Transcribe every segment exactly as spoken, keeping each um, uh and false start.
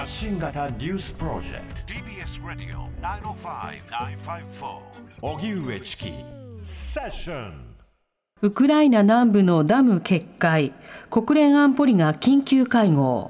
発信型ニュースプロジェクト ティービーエス ラディオきゅうまるご、きゅうごよん、荻上チキセッション。 ウクライナ南部のダム決壊、国連安保理が緊急会合。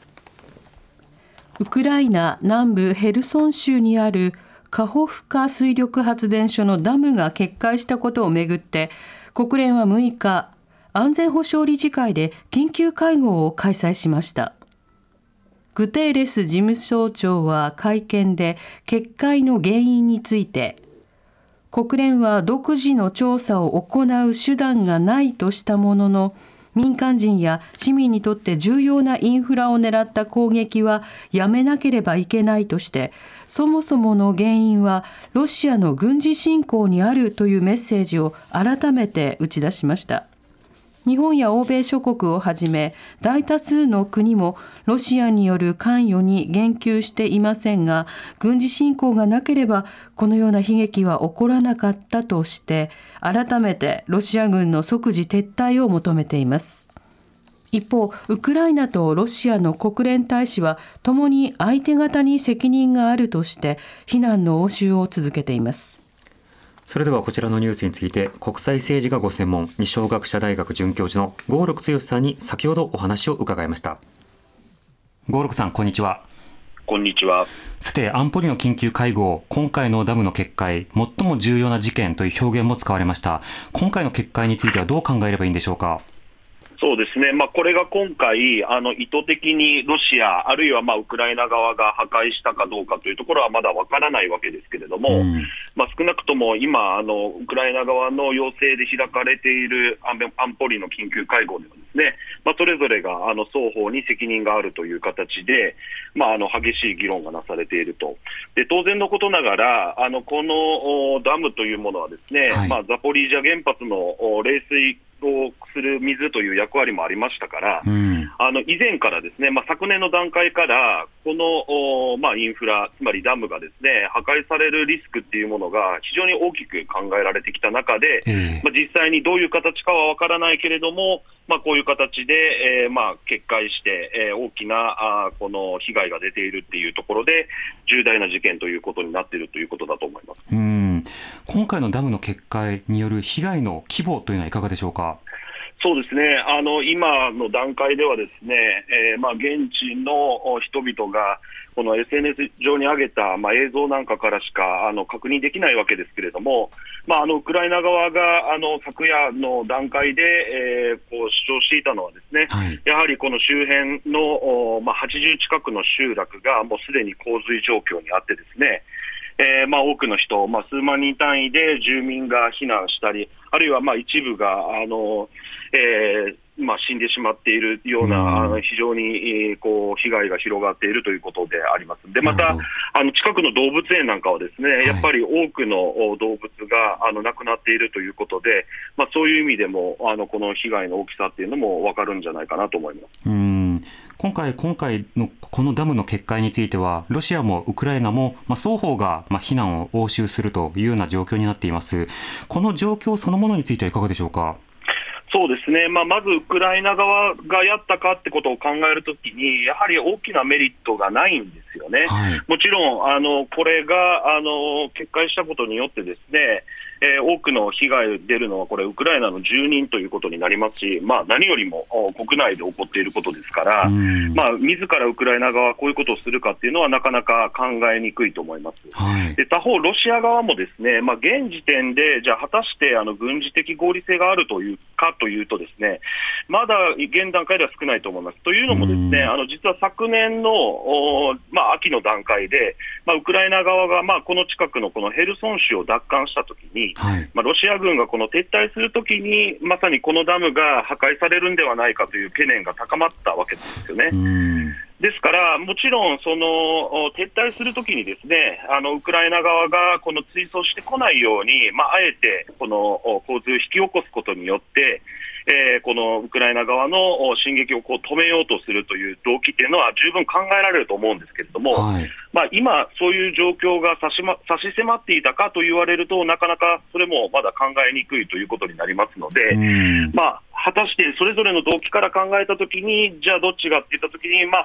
ウクライナ南部ヘルソン州にあるカホフカ水力発電所のダムが決壊したことをめぐって、国連はむいか、安全保障理事会で緊急会合を開催しました。グテーレス事務総長は会見で決壊の原因について、国連は独自の調査を行う手段がないとしたものの、民間人や市民にとって重要なインフラを狙った攻撃はやめなければいけないとして、そもそもの原因はロシアの軍事侵攻にあるというメッセージを改めて打ち出しました。日本や欧米諸国をはじめ大多数の国もロシアによる関与に言及していませんが、軍事侵攻がなければこのような悲劇は起こらなかったとして、改めてロシア軍の即時撤退を求めています。一方、ウクライナとロシアの国連大使はともに相手方に責任があるとして非難の応酬を続けています。 それではこちらのニュースについて、国際政治がご専門、二松学舎大学准教授の合六剛さんに先ほどお話を伺いました。合六さん、こんにちは。 こんにちは。 さて、安保理の緊急会合、今回のダムの決壊、最も重要な事件という表現も使われました。今回の決壊についてはどう考えればいいんでしょうか。 そうですね、まあ、これが今回あの意図的にロシアあるいはまあウクライナ側が破壊したかどうかというところはまだわからないわけですけれども、うん、まあ、少なくとも今あのウクライナ側の要請で開かれている安保理の緊急会合ではですね、まあ、それぞれがあの双方に責任があるという形で、まあ、あの激しい議論がなされていると。で、当然のことながらあのこのダムというものはですね、はい、まあ、ザポリージャ原発の冷水をする水という役割もありましたから、うん、あの以前からですね、まあ、昨年の段階からこの、まあ、インフラ、つまりダムがですね破壊されるリスクっていうものが非常に大きく考えられてきた中で、えーまあ、実際にどういう形かは分からないけれども、まあ、こういう形で、えーまあ、決壊して、えー、大きなあこの被害が出ているっていうところで重大な事件ということになっているということだと思います。 うん、今回のダムの決壊による被害の規模というのはいかがでしょうか。 そうですね、あの今の段階ではですね、えーまあ、現地の人々がこの エスエヌエス 上に上げた、まあ、映像なんかからしかあの確認できないわけですけれども、まあ、あのウクライナ側があの昨夜の段階で、えー、こう主張していたのはですね、はい、やはりこの周辺の、まあ、はちじゅう近くの集落がもうすでに洪水状況にあってですね、えーまあ、多くの人、まあ、数万人単位で住民が避難したり、あるいはまあ一部があの、えーまあ、死んでしまっているような、うん、あの非常に、えー、こう被害が広がっているということであります。でまたあの近くの動物園なんかはですね、はい、やっぱり多くの動物があの亡くなっているということで、まあ、そういう意味でもあのこの被害の大きさっていうのも分かるんじゃないかなと思います。 うん、今回、今回のこのダムの決壊についてはロシアもウクライナも、まあ、双方がまあ非難を応酬するというような状況になっています。この状況そのものについてはいかがでしょうか。 そうですね、まあ、まずウクライナ側がやったかってことを考えるときにやはり大きなメリットがないんですよね、はい、もちろんあのこれがあの決壊したことによってですね、えー、多くの被害が出るのはこれウクライナの住人ということになりますし、まあ、何よりも国内で起こっていることですから、まあ、自らウクライナ側がこういうことをするかっていうのはなかなか考えにくいと思います、はい、で他方ロシア側もですね、まあ、現時点でじゃあ果たしてあの軍事的合理性があるというかというとですね、まだ現段階では少ないと思います。というのもですね、あの実は昨年の、まあ、秋の段階で、まあ、ウクライナ側が、まあ、この近くのこのヘルソン州を奪還したときに、はい、まあ、ロシア軍がこの撤退するときにまさにこのダムが破壊されるんではないかという懸念が高まったわけなんですよね。ですからもちろんその撤退するときにですね、あのウクライナ側がこの追走してこないように、まあ、あえてこの洪水を引き起こすことによってえー、このウクライナ側の進撃をこう止めようとするという動機というのは十分考えられると思うんですけれども、はい、まあ、今そういう状況が差し、ま、差し迫っていたかと言われるとなかなかそれもまだ考えにくいということになりますので、まあ、果たしてそれぞれの動機から考えたときにじゃあどっちがっていったときに、まあ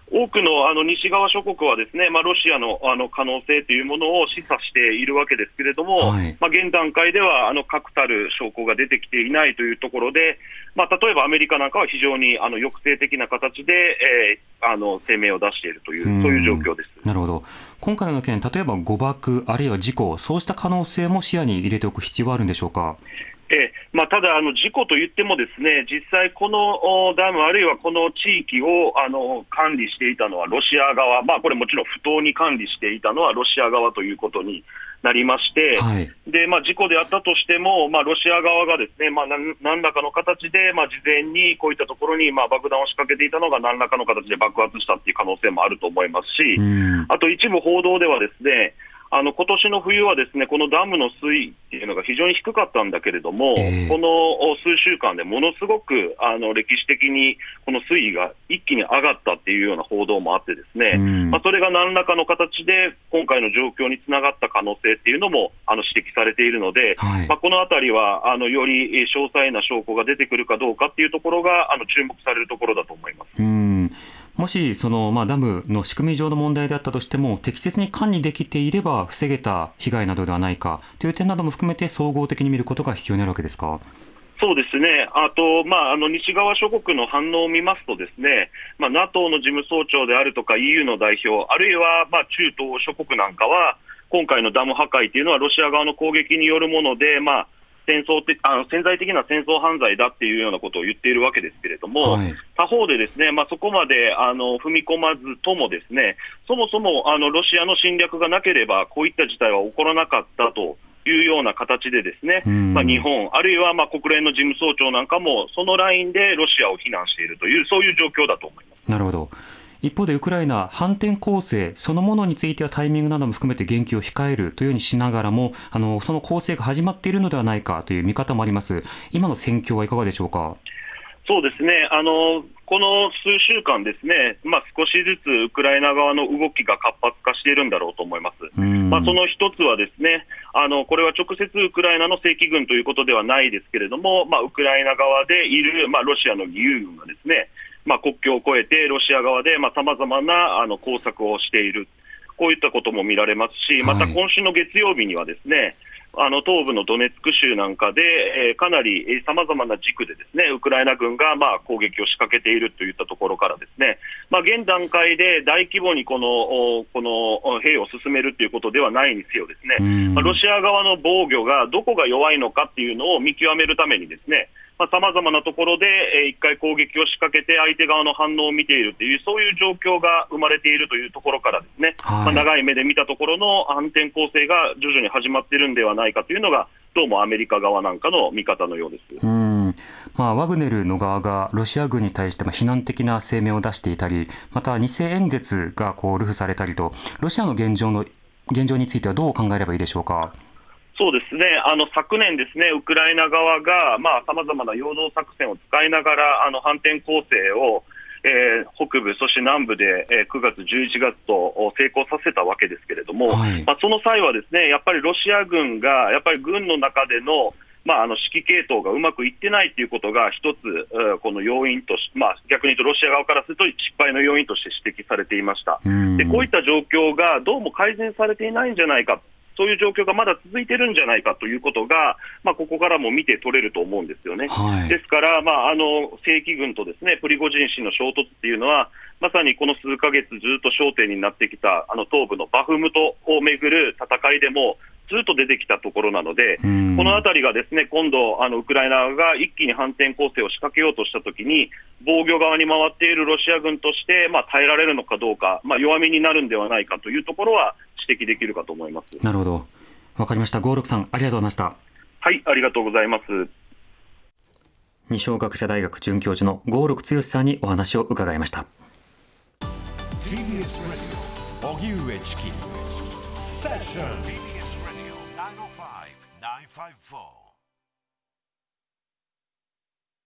多くのあの西側諸国はですね、まあ、ロシアのあの可能性というものを示唆しているわけですけれども、はい、まあ、現段階ではあの確たる証拠が出てきていないというところで、まあ、例えばアメリカなんかは非常にあの抑制的な形で、えー、あの声明を出しているという、そういう状況です。 なるほど。今回の件、例えば誤爆あるいは事故、そうした可能性も視野に入れておく必要はあるんでしょうか。 えまあ、ただあの、事故といってもですね、実際、このダム、あるいはこの地域をあの管理していたのはロシア側、まあ、これもちろん不当に管理していたのはロシア側ということになりまして、はい、でまあ、事故であったとしても、まあ、ロシア側がですね、まあ、何, 何らかの形で、まあ、事前にこういったところに、まあ、爆弾を仕掛けていたのが何らかの形で爆発したという可能性もあると思いますし、あと一部報道ではですね、あの今年の冬はですね、このダムの水位っていうのが非常に低かったんだけれども、えー、この数週間でものすごくあの歴史的にこの水位が一気に上がったっていうような報道もあってですね、まあ、それが何らかの形で今回の状況につながった可能性っていうのもあの指摘されているので、はい、まあ、このあたりはあのより詳細な証拠が出てくるかどうかっていうところがあの注目されるところだと思います。 うん、もしその、まあ、ダムの仕組み上の問題であったとしても、適切に管理できていれば防げた被害などではないかという点なども含めて総合的に見ることが必要になるわけですか。 そうですね。あと、まあ、あの西側諸国の反応を見ますとですね、まあ、ナトー の事務総長であるとか イーユー の代表、あるいは、まあ、中東諸国なんかは今回のダム破壊というのはロシア側の攻撃によるもので、まあ戦争的あの潜在的な戦争犯罪だっていうようなことを言っているわけですけれども、はい、他方でですね、まあ、そこまであの踏み込まずともですね、そもそもあのロシアの侵略がなければこういった事態は起こらなかったというような形でですね、まあ、日本あるいはまあ国連の事務総長なんかもそのラインでロシアを非難しているという、そういう状況だと思います。 なるほど。一方でウクライナ反転攻勢そのものについてはタイミングなども含めて言及を控えるというようにしながらも、あのその攻勢が始まっているのではないかという見方もあります。今の戦況はいかがでしょうか。 そうですね、あのこの数週間ですね、まあ、少しずつウクライナ側の動きが活発化しているんだろうと思います。まあ、その一つはですね、あのこれは直接ウクライナの正規軍ということではないですけれども、まあ、ウクライナ側でいる、まあ、ロシアの義勇軍がですね、まあ、国境を越えてロシア側でさまざまなあの工作をしている、こういったことも見られますし、また今週の月曜日にはですね、あの東部のドネツク州なんかで、えー、かなりさまざまな軸でですね、ウクライナ軍がまあ攻撃を仕掛けているといったところからですね、まあ、現段階で大規模にこの、この兵を進めるということではないにせよですね、まあ、ロシア側の防御がどこが弱いのかっていうのを見極めるためにですね、さまざまなところで、えー、一回攻撃を仕掛けて相手側の反応を見ているという、そういう状況が生まれているというところからですね、はい、まあ、長い目で見たところの反転攻勢が徐々に始まっているんではないかというのが、どうもアメリカ側なんかの見方のようです。 うん、まあ、ワグネルの側がロシア軍に対して非難的な声明を出していたり、また偽演説がこう流布されたりと、ロシアの現状の現状についてはどう考えればいいでしょうか。 そうですね、あの昨年ですね、ウクライナ側がさまざ、まな陽動作戦を使いながらあの反転攻勢を、えー、北部、そして南部で、えー、くがつ、じゅういちがつと成功させたわけですけれども、はい、まあ、その際はですね、やっぱりロシア軍がやっぱり軍の中でのまあ、あの指揮系統がうまくいってないということが一つ、この要因とし、まあ、逆に言うとロシア側からすると失敗の要因として指摘されていました。でこういった状況がどうも改善されていないんじゃないか、そういう状況がまだ続いているんじゃないかということが、まあ、ここからも見て取れると思うんですよね。はい、ですから、まあ、あの正規軍とですね、プリゴジン氏の衝突っていうのは、まさにこの数ヶ月ずっと焦点になってきたあの東部のバフムトをめぐる戦いでもずっと出てきたところなので、このあたりがですね、今度あのウクライナが一気に反転攻勢を仕掛けようとしたときに、防御側に回っているロシア軍として、まあ、耐えられるのかどうか、まあ、弱みになるんではないかというところは指摘できるかと思います。 なるほど、わかりました。郷六さん、ありがとうございました。 はい、ありがとうございます。 二松学舎大学准教授の郷六剛さんにお話を伺いました。 ティービーエス ラジオ荻上チキセッション ティービーエス ラジオきゅうまるご きゅうごよん